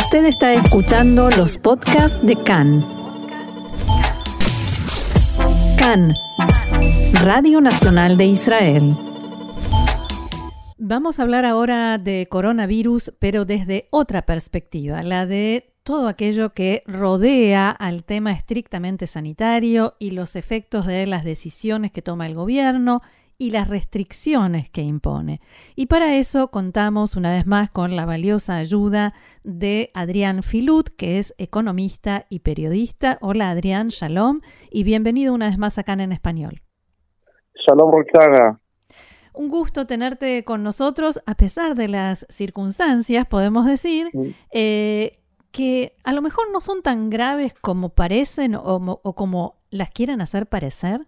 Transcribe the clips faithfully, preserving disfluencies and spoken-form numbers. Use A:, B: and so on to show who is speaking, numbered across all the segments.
A: Usted está escuchando los podcasts de C A N. C A N, Radio Nacional de Israel. Vamos a hablar ahora de coronavirus, pero desde otra perspectiva, la de todo aquello que rodea al tema estrictamente sanitario y los efectos de las decisiones que toma el gobierno y las restricciones que impone. Y para eso contamos una vez más con la valiosa ayuda de Adrián Filut, que es economista y periodista. Hola Adrián, shalom, y bienvenido una vez más acá en Español.
B: Shalom, Roxana.
A: Un gusto tenerte con nosotros, a pesar de las circunstancias, podemos decir, sí. eh, que a lo mejor no son tan graves como parecen o, o como las quieren hacer parecer.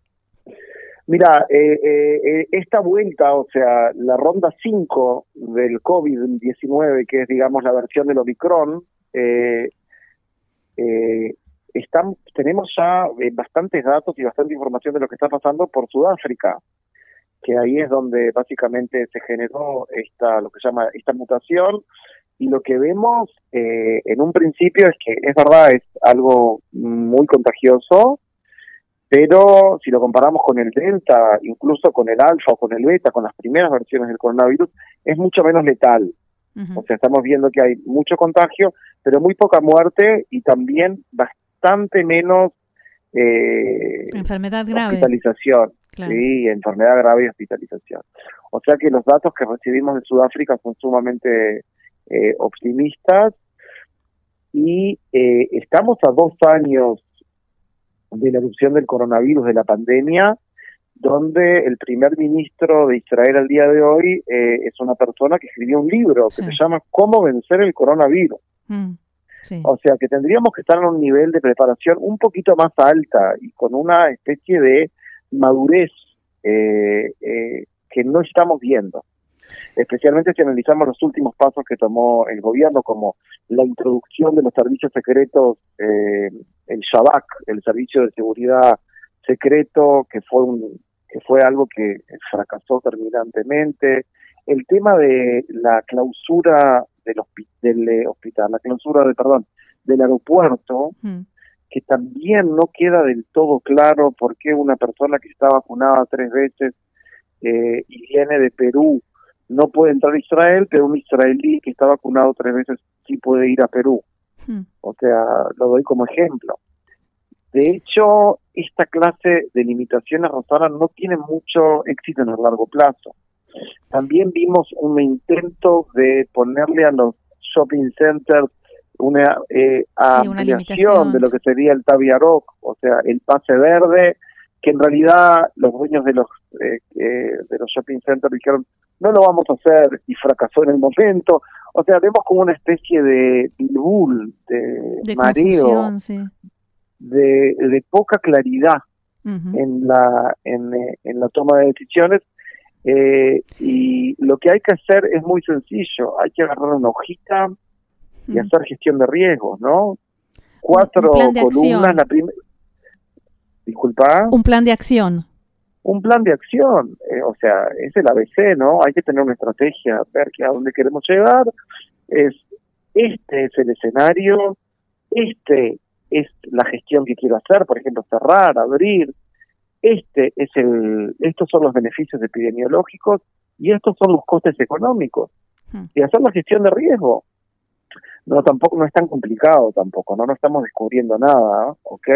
B: Mira, eh, eh, esta vuelta, o sea, la ronda cinco del COVID diecinueve, que es, digamos, la versión del Omicron, eh, eh, están, tenemos ya eh, bastantes datos y bastante información de lo que está pasando por Sudáfrica, que ahí es donde básicamente se generó esta, lo que se llama esta mutación, y lo que vemos eh, en un principio es que es verdad, es algo muy contagioso, pero si lo comparamos con el Delta, incluso con el Alfa o con el Beta, con las primeras versiones del coronavirus, es mucho menos letal. Uh-huh. O sea, estamos viendo que hay mucho contagio, pero muy poca muerte y también bastante menos eh,
A: enfermedad grave.
B: Hospitalización.
A: Claro.
B: Sí, enfermedad grave y hospitalización. O sea que los datos que recibimos de Sudáfrica son sumamente eh, optimistas y eh, estamos a dos años de la erupción del coronavirus, de la pandemia, donde el primer ministro de Israel al día de hoy eh, es una persona que escribió un libro sí. que se llama ¿Cómo vencer el coronavirus?
A: Mm, sí.
B: O sea que tendríamos que estar en un nivel de preparación un poquito más alta y con una especie de madurez eh, eh, que no estamos viendo. Especialmente si analizamos los últimos pasos que tomó el gobierno, como la introducción de los servicios secretos, eh, el Shabak, el servicio de seguridad secreto, que fue un que fue algo que fracasó terminantemente, el tema de la clausura del, hospi- del hospital, la clausura de, perdón, del aeropuerto, mm. que también no queda del todo claro por qué una persona que está vacunada tres veces eh, y viene de Perú no puede entrar a Israel, pero un israelí que está vacunado tres veces sí puede ir a Perú. Hmm. O sea, lo doy como ejemplo. De hecho, esta clase de limitaciones, Rosana, no tiene mucho éxito en el largo plazo. También vimos un intento de ponerle a los shopping centers una eh,
A: sí,
B: ampliación de lo que sería el Tav Yarok, o sea, el pase verde, que en realidad los dueños de los eh, eh, de los shopping centers dijeron no lo vamos a hacer y fracasó en el momento. O sea, vemos como una especie de bilbul, de,
A: de
B: mareo,
A: sí.
B: de, de poca claridad
A: uh-huh.
B: en la en, en la toma de decisiones. Eh, y lo que hay que hacer es muy sencillo, hay que agarrar una hojita uh-huh. y hacer gestión de riesgos, ¿no? Cuatro
A: un plan de
B: columnas,
A: acción.
B: la primera... Disculpa.
A: Un plan de acción.
B: Un plan de acción, eh, o sea, es el A B C, ¿no? Hay que tener una estrategia, ver que a dónde queremos llegar. Es este es el escenario, este es la gestión que quiero hacer, por ejemplo, cerrar, abrir. Este es el, estos son los beneficios epidemiológicos y estos son los costes económicos. Hmm. Y hacer la gestión de riesgo. No, tampoco no es tan complicado tampoco, no no estamos descubriendo nada, ¿ok?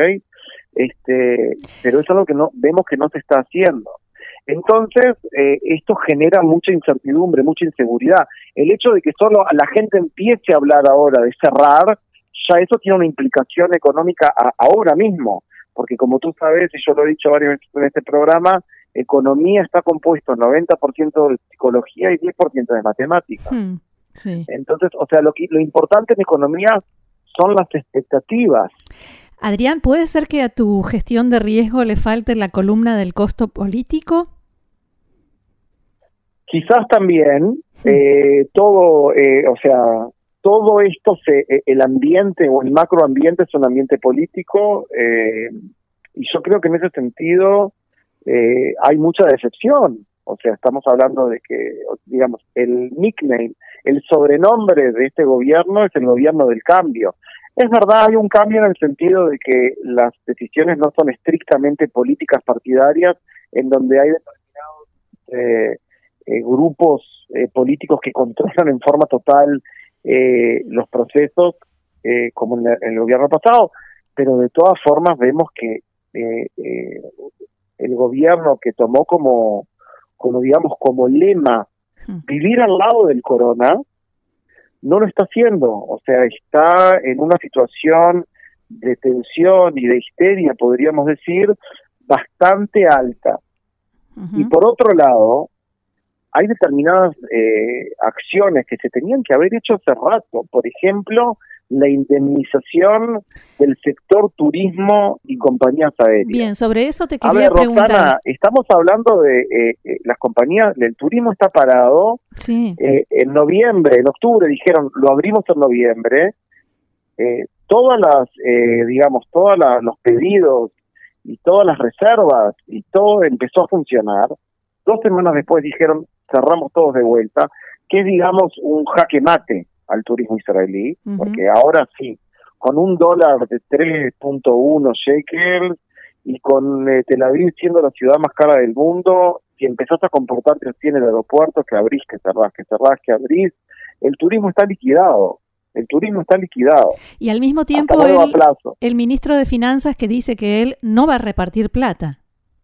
B: Este, pero es algo que no vemos que no se está haciendo. Entonces, eh, esto genera mucha incertidumbre, mucha inseguridad. El hecho de que solo la gente empiece a hablar ahora de cerrar, ya eso tiene una implicación económica a, ahora mismo, porque como tú sabes, y yo lo he dicho varias veces en este programa, economía está compuesto noventa por ciento de psicología y diez por ciento de matemáticas.
A: Hmm. Sí.
B: Entonces, o sea, lo que, lo importante en economía son las expectativas.
A: Adrián, ¿puede ser que a tu gestión de riesgo le falte la columna del costo político?
B: Quizás también, sí. eh, todo, eh, o sea, todo esto, se, el ambiente o el macroambiente es un ambiente político, eh, y yo creo que en ese sentido eh, hay mucha decepción. O sea, estamos hablando de que, digamos, el nickname el sobrenombre de este gobierno es el gobierno del cambio. Es verdad, hay un cambio en el sentido de que las decisiones no son estrictamente políticas partidarias, en donde hay determinados eh, eh, grupos eh, políticos que controlan en forma total eh, los procesos, eh, como en, la, en el gobierno pasado, pero de todas formas vemos que eh, eh, el gobierno que tomó como, como digamos, como lema vivir al lado del corona, no lo está haciendo. O sea, está en una situación de tensión y de histeria, podríamos decir, bastante alta. Uh-huh. Y por otro lado, hay determinadas eh, acciones que se tenían que haber hecho hace rato. Por ejemplo, la indemnización del sector turismo y compañías aéreas.
A: Bien, sobre eso te quería
B: a ver,
A: preguntar.
B: Roxana, estamos hablando de eh, eh, las compañías, el turismo está parado.
A: Sí.
B: Eh, en noviembre, en octubre dijeron, lo abrimos en noviembre. Eh, todas las, eh, digamos, todos los pedidos y todas las reservas y todo empezó a funcionar. Dos semanas después dijeron, cerramos todos de vuelta, que es, digamos, un jaque mate al turismo israelí, uh-huh. porque ahora sí, con un dólar de tres punto uno shekels y con eh, Tel Aviv siendo la ciudad más cara del mundo, si empezás a comportarte así en el aeropuerto, que abrís, que cerrás, que cerrás, que abrís, el turismo está liquidado. El turismo está liquidado.
A: Y al mismo tiempo el, el ministro de Finanzas que dice que él no va a repartir plata.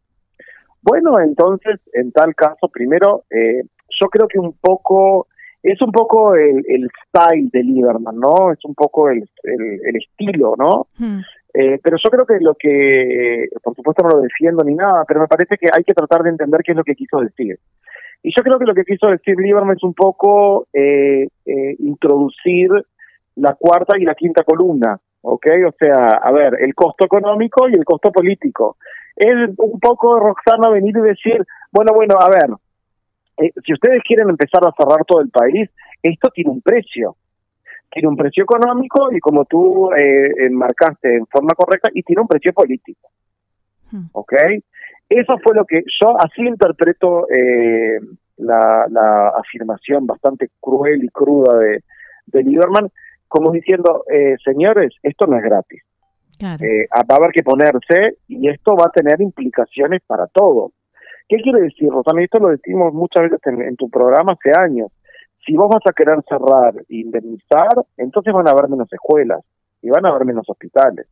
B: Bueno, entonces, en tal caso, primero, eh, yo creo que un poco, es un poco el, el style de Lieberman, ¿no? Es un poco el, el, el estilo, ¿no? Hmm. Eh, pero yo creo que lo que, por supuesto no lo defiendo ni nada, pero me parece que hay que tratar de entender qué es lo que quiso decir. Y yo creo que lo que quiso decir Lieberman es un poco eh, eh, introducir la cuarta y la quinta columna, ¿ok? O sea, a ver, el costo económico y el costo político. Es un poco, Roxana, venir y decir, bueno, bueno, a ver, eh, si ustedes quieren empezar a cerrar todo el país, esto tiene un precio. Tiene un precio económico y como tú eh, enmarcaste en forma correcta, y tiene un precio político. ¿Ok? Eso fue lo que yo así interpreto eh, la, la afirmación bastante cruel y cruda de, de Lieberman, como diciendo, eh, señores, esto no es gratis. Claro. Eh, va a haber que ponerse y esto va a tener implicaciones para todo. ¿Qué quiere decir, Rosana? Esto lo decimos muchas veces en, en tu programa hace años. Si vos vas a querer cerrar e indemnizar, entonces van a haber menos escuelas y van a haber menos hospitales.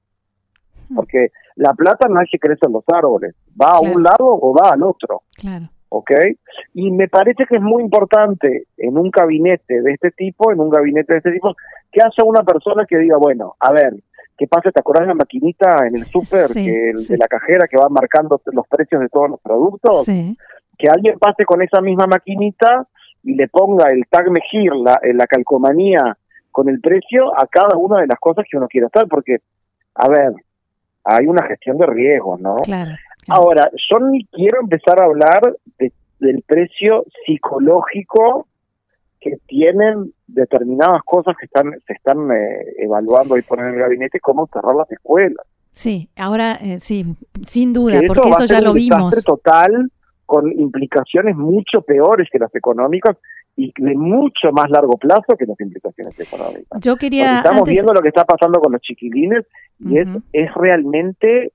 B: Porque la plata no hay que crecer en los árboles. Va claro. a un lado o va al otro.
A: Claro.
B: ¿Ok? Y me parece que es muy importante en un gabinete de este tipo, en un gabinete de este tipo, que haya una persona que diga, bueno, a ver, que pase, ¿te acordás de la maquinita en el súper,
A: sí,
B: que el,
A: sí.
B: de la cajera que va marcando los precios de todos los productos?
A: Sí.
B: Que alguien pase con esa misma maquinita y le ponga el tag Mejir, la, la calcomanía con el precio a cada una de las cosas que uno quiere hacer, porque, a ver, hay una gestión de riesgos, ¿no?
A: Claro.
B: Ahora, yo ni quiero empezar a hablar de, del precio psicológico que tienen determinadas cosas que están se están eh, evaluando y ponen en el gabinete, como cerrar las escuelas.
A: Sí, ahora eh, sí, sin duda,
B: que
A: porque eso, eso ya lo vimos.
B: Un desastre total, con implicaciones mucho peores que las económicas y de mucho más largo plazo que las implicaciones económicas.
A: Yo quería...
B: Porque estamos
A: antes...
B: viendo lo que está pasando con los chiquilines y uh-huh. es, es realmente...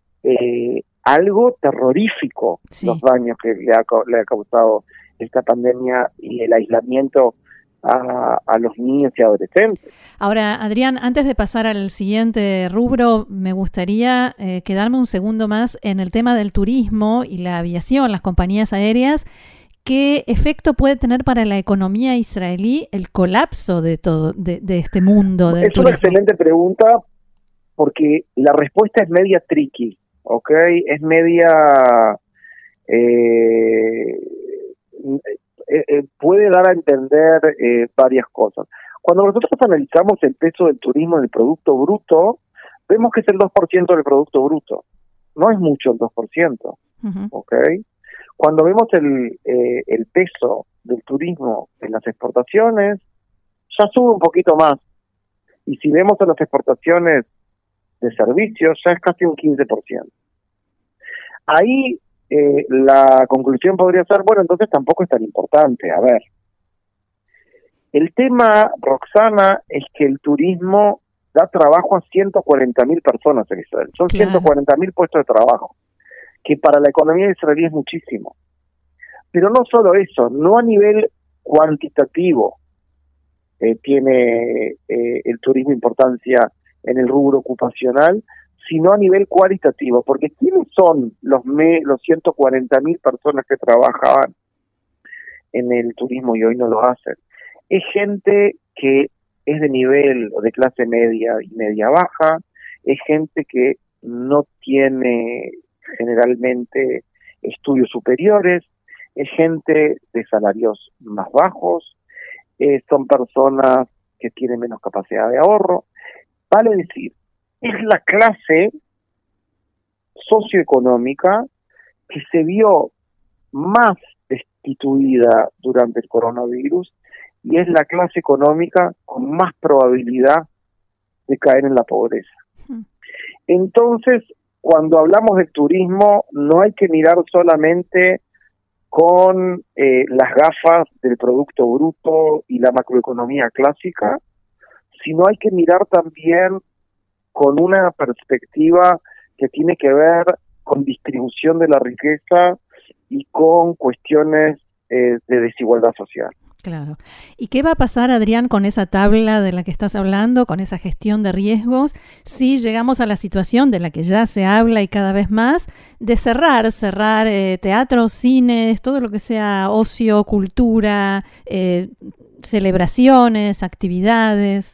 B: Eh, algo terrorífico, sí. los daños que le ha, le ha causado esta pandemia y el aislamiento a, a los niños y adolescentes.
A: Ahora, Adrián, antes de pasar al siguiente rubro, me gustaría eh, quedarme un segundo más en el tema del turismo y la aviación, las compañías aéreas. ¿Qué efecto puede tener para la economía israelí el colapso de todo de, de este mundo del
B: es
A: turismo?
B: Es una excelente pregunta, porque la respuesta es media tricky. Ok, es media, eh, eh, puede dar a entender eh, varias cosas. Cuando nosotros analizamos el peso del turismo en el Producto Bruto, vemos que es el dos por ciento del Producto Bruto. No es mucho el dos por ciento. Uh-huh. Ok, cuando vemos el, eh, el peso del turismo en las exportaciones, ya sube un poquito más. Y si vemos en las exportaciones de servicios, ya es casi un quince por ciento. Ahí eh, la conclusión podría ser, bueno, entonces tampoco es tan importante. A ver, El tema, Roxana, es que el turismo da trabajo a ciento cuarenta mil personas en Israel. Son claro. ciento cuarenta mil puestos de trabajo, que para la economía israelí es muchísimo. Pero no solo eso, no a nivel cuantitativo eh, tiene eh, el turismo importancia en el rubro ocupacional, sino a nivel cualitativo, porque ¿quiénes son los, me, los ciento cuarenta mil personas que trabajaban en el turismo y hoy no lo hacen? Es gente que es de nivel o de clase media y media baja, es gente que no tiene generalmente estudios superiores, es gente de salarios más bajos, eh, son personas que tienen menos capacidad de ahorro. Vale decir, es la clase socioeconómica que se vio más destituida durante el coronavirus y es la clase económica con más probabilidad de caer en la pobreza. Entonces, cuando hablamos del turismo, no hay que mirar solamente con eh, las gafas del Producto Bruto y la macroeconomía clásica, sino hay que mirar también con una perspectiva que tiene que ver con distribución de la riqueza y con cuestiones eh, de desigualdad social.
A: Claro. ¿Y qué va a pasar, Adrián, con esa tabla de la que estás hablando, con esa gestión de riesgos, si llegamos a la situación de la que ya se habla y cada vez más, de cerrar, cerrar eh, teatros, cines, todo lo que sea ocio, cultura, eh, celebraciones, actividades?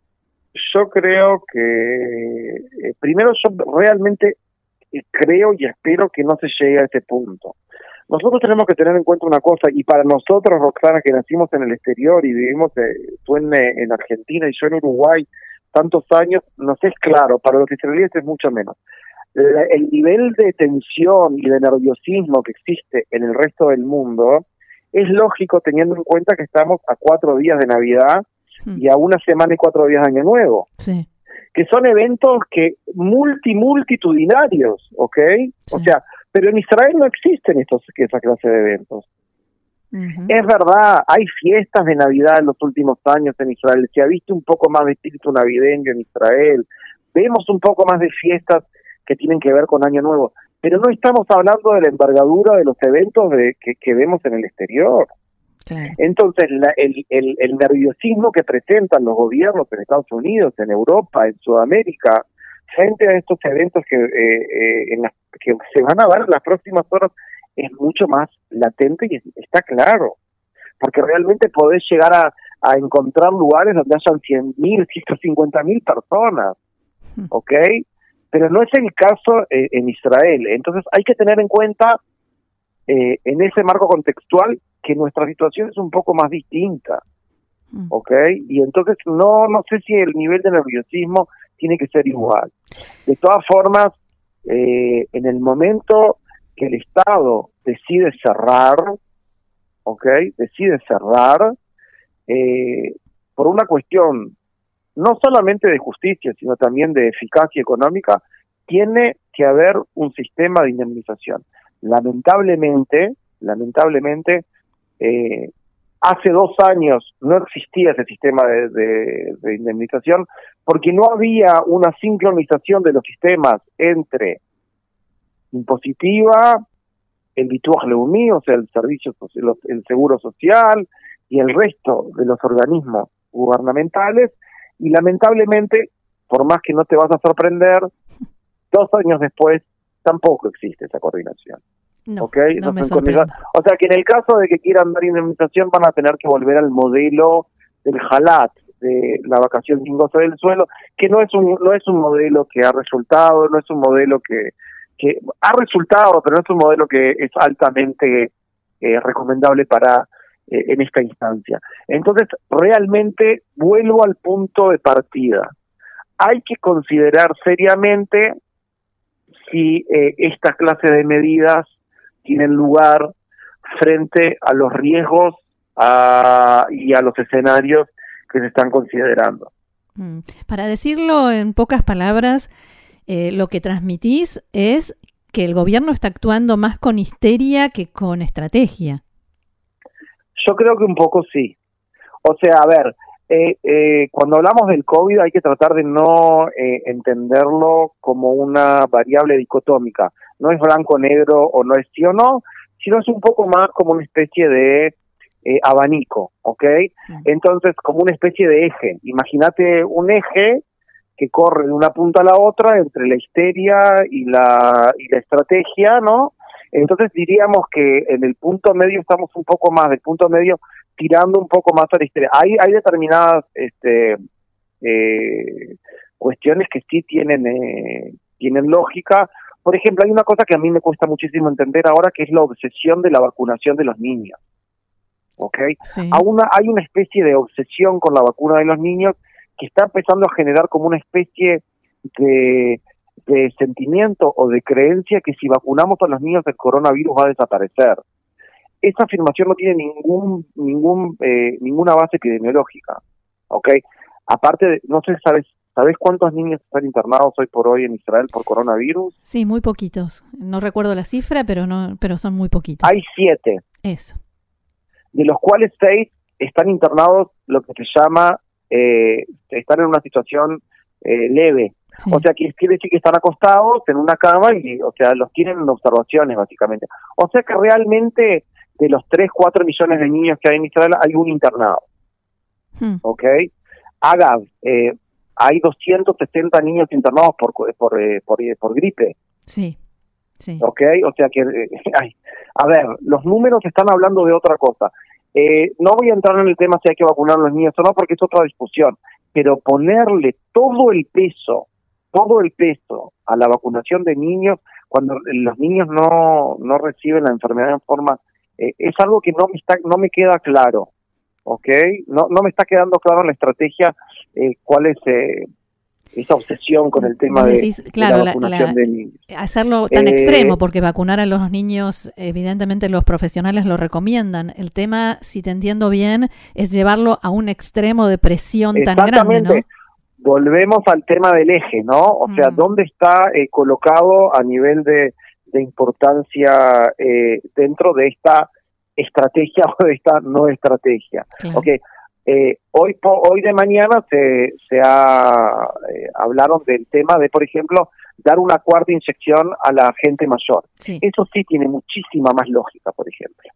B: Yo creo que, eh, primero yo realmente creo y espero que no se llegue a ese punto. Nosotros tenemos que tener en cuenta una cosa, y para nosotros, Roxana, que nacimos en el exterior y vivimos, eh, tú en, en Argentina y yo en Uruguay, tantos años, nos es claro, para los israelíes es mucho menos. La, el nivel de tensión y de nerviosismo que existe en el resto del mundo es lógico teniendo en cuenta que estamos a cuatro días de Navidad hmm. y a una semana y cuatro días de Año Nuevo.
A: Sí. Que
B: son eventos que multi multitudinarios, ¿ok? Sí. O sea, pero en Israel no existen estos, esa clase de eventos. Uh-huh. Es verdad, hay fiestas de Navidad en los últimos años en Israel, se ha visto un poco más de espíritu navideño en Israel, vemos un poco más de fiestas que tienen que ver con Año Nuevo, pero no estamos hablando de la envergadura de los eventos de, que, que vemos en el exterior. Claro. Entonces, la, el, el, el nerviosismo que presentan los gobiernos en Estados Unidos, en Europa, en Sudamérica, frente a estos eventos que, eh, eh, en las, que se van a dar en las próximas horas, es mucho más latente y es, está claro. Porque realmente podés llegar a, a encontrar lugares donde hayan cien mil, ciento cincuenta mil personas, ¿ok? Pero no es el caso eh, en Israel. Entonces hay que tener en cuenta, eh, en ese marco contextual, que nuestra situación es un poco más distinta, ¿ok? Y entonces no, no sé si el nivel de nerviosismo tiene que ser igual. De todas formas, eh, en el momento que el Estado decide cerrar, ¿ok? Decide cerrar, eh, por una cuestión no solamente de justicia, sino también de eficacia económica, tiene que haber un sistema de indemnización. Lamentablemente, lamentablemente, eh, hace dos años no existía ese sistema de, de, de indemnización porque no había una sincronización de los sistemas entre impositiva, el Bituaj Leumí, o sea, el servicio, el seguro social y el resto de los organismos gubernamentales, y lamentablemente, por más que no te vas a sorprender, dos años después tampoco existe esa coordinación.
A: No,
B: ¿Okay?
A: no me
B: o sea que en el caso de que quieran dar indemnización van a tener que volver al modelo del halat, de la vacación sin goce del suelo, que no es un no es un modelo que ha resultado, no es un modelo que que ha resultado, pero no es un modelo que es altamente eh, recomendable para eh, en esta instancia. Entonces, realmente vuelvo al punto de partida. Hay que considerar seriamente si eh, esta clase de medidas tienen lugar frente a los riesgos a, y a los escenarios que se están considerando.
A: Para decirlo en pocas palabras, eh, lo que transmitís es que el gobierno está actuando más con histeria que con estrategia.
B: Yo creo que un poco sí. O sea, a ver, eh, eh, cuando hablamos del COVID hay que tratar de no eh, entenderlo como una variable dicotómica. No es blanco-negro o no es sí o no, sino es un poco más como una especie de eh, abanico, ¿ok? Entonces, como una especie de eje. Imagínate un eje que corre de una punta a la otra entre la histeria y la, y la estrategia, ¿no? Entonces diríamos que en el punto medio estamos un poco más, del punto medio tirando un poco más a la histeria. Hay, hay determinadas este, eh, cuestiones que sí tienen, eh, tienen lógica. Por ejemplo, hay una cosa que a mí me cuesta muchísimo entender ahora, que es la obsesión de la vacunación de los niños. ¿Ok?
A: Sí.
B: Aún hay una especie de obsesión con la vacuna de los niños que está empezando a generar como una especie de, de sentimiento o de creencia que si vacunamos a los niños el coronavirus va a desaparecer. Esa afirmación no tiene ningún ningún eh, ninguna base epidemiológica, ¿ok? Aparte, de, no sé, ¿sabes sabes cuántos niños están internados hoy por hoy en Israel por coronavirus?
A: Sí, muy poquitos. No recuerdo la cifra, pero no, pero son muy poquitos.
B: Hay siete.
A: Eso.
B: De los cuales seis están internados, lo que se llama, eh, están en una situación eh, leve. Sí. O sea, que quiere decir que están acostados en una cama y, o sea, los tienen en observaciones, básicamente. O sea que realmente de los tres, cuatro millones de niños que hay en Israel, hay un internado. Hmm. ¿Ok? Haga, eh, hay doscientos sesenta niños internados por por, por, eh, por, eh, por gripe.
A: Sí, sí.
B: ¿Ok? O sea que, eh, ay, a ver, los números están hablando de otra cosa. Eh, no voy a entrar en el tema si hay que vacunar a los niños o no, porque es otra discusión. Pero ponerle todo el peso, todo el peso a la vacunación de niños, cuando los niños no, no reciben la enfermedad en forma... Eh, es algo que no me está no me queda claro, ¿ok? No no me está quedando claro en la estrategia eh, cuál es eh, esa obsesión con el tema decís, de,
A: claro,
B: de la vacunación la, la, de niños.
A: Hacerlo tan eh, extremo, porque vacunar a los niños, evidentemente los profesionales lo recomiendan. El tema, si te entiendo bien, es llevarlo a un extremo de presión tan grande, ¿no?
B: Volvemos al tema del eje, ¿no? O mm. sea, ¿dónde está eh, colocado a nivel de... de importancia eh, dentro de esta estrategia o de esta no estrategia? Claro. Okay. Eh, hoy po, hoy de mañana se, se ha eh, hablaron del tema de, por ejemplo, dar una cuarta inyección a la gente mayor. Sí. Eso sí tiene muchísima más lógica, por ejemplo.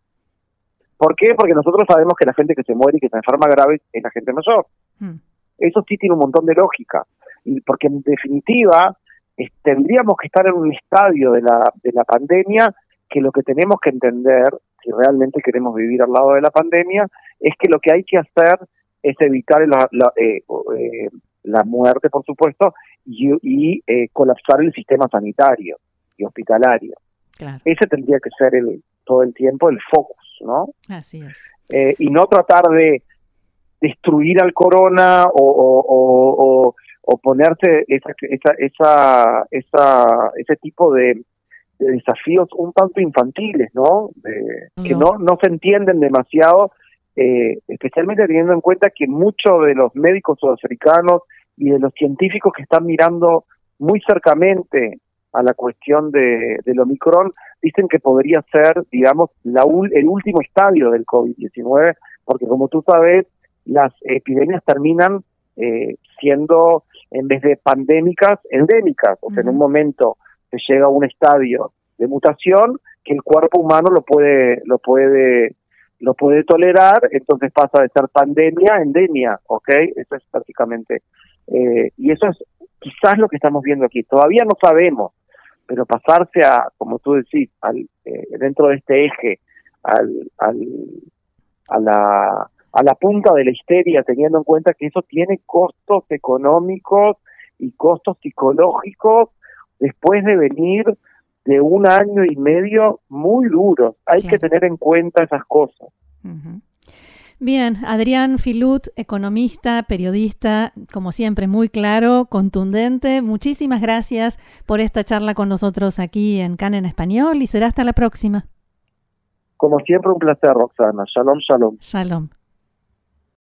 B: ¿Por qué? Porque nosotros sabemos que la gente que se muere y que se enferma grave es la gente mayor. Hmm. Eso sí tiene un montón de lógica. Y porque en definitiva Eh, tendríamos que estar en un estadio de la de la pandemia que lo que tenemos que entender, si realmente queremos vivir al lado de la pandemia, es que lo que hay que hacer es evitar la, la, eh, eh, la muerte, por supuesto, y, y eh, colapsar el sistema sanitario y hospitalario. Claro. Ese tendría que ser el todo el tiempo el focus, ¿no?
A: Así es.
B: Eh, y no tratar de destruir al corona o... o, o, o o ponerse esa, esa, esa, esa, ese tipo de, de desafíos un tanto infantiles, ¿no? De, no. Que no, no se entienden demasiado, eh, especialmente teniendo en cuenta que muchos de los médicos sudafricanos y de los científicos que están mirando muy cercamente a la cuestión de, del Omicron, dicen que podría ser, digamos, la, el último estadio del COVID diecinueve, porque como tú sabes, las epidemias terminan eh, siendo, en vez de pandémicas, endémicas. O sea, uh-huh. En un momento se llega a un estadio de mutación que el cuerpo humano lo puede lo puede lo puede tolerar, entonces pasa de ser pandemia a endemia, ¿ok? Eso es prácticamente, eh, y eso es quizás lo que estamos viendo aquí. Todavía no sabemos, pero pasarse a, como tú decís, al, eh, dentro de este eje, al, al a la a la punta de la histeria, teniendo en cuenta que eso tiene costos económicos y costos psicológicos después de venir de un año y medio muy duros. Hay claro. que tener en cuenta esas cosas.
A: Uh-huh. Bien, Adrián Filut, economista, periodista, como siempre, muy claro, contundente. Muchísimas gracias por esta charla con nosotros aquí en CAN en Español y será hasta la próxima.
B: Como siempre, un placer, Roxana. Shalom, shalom.
A: Shalom.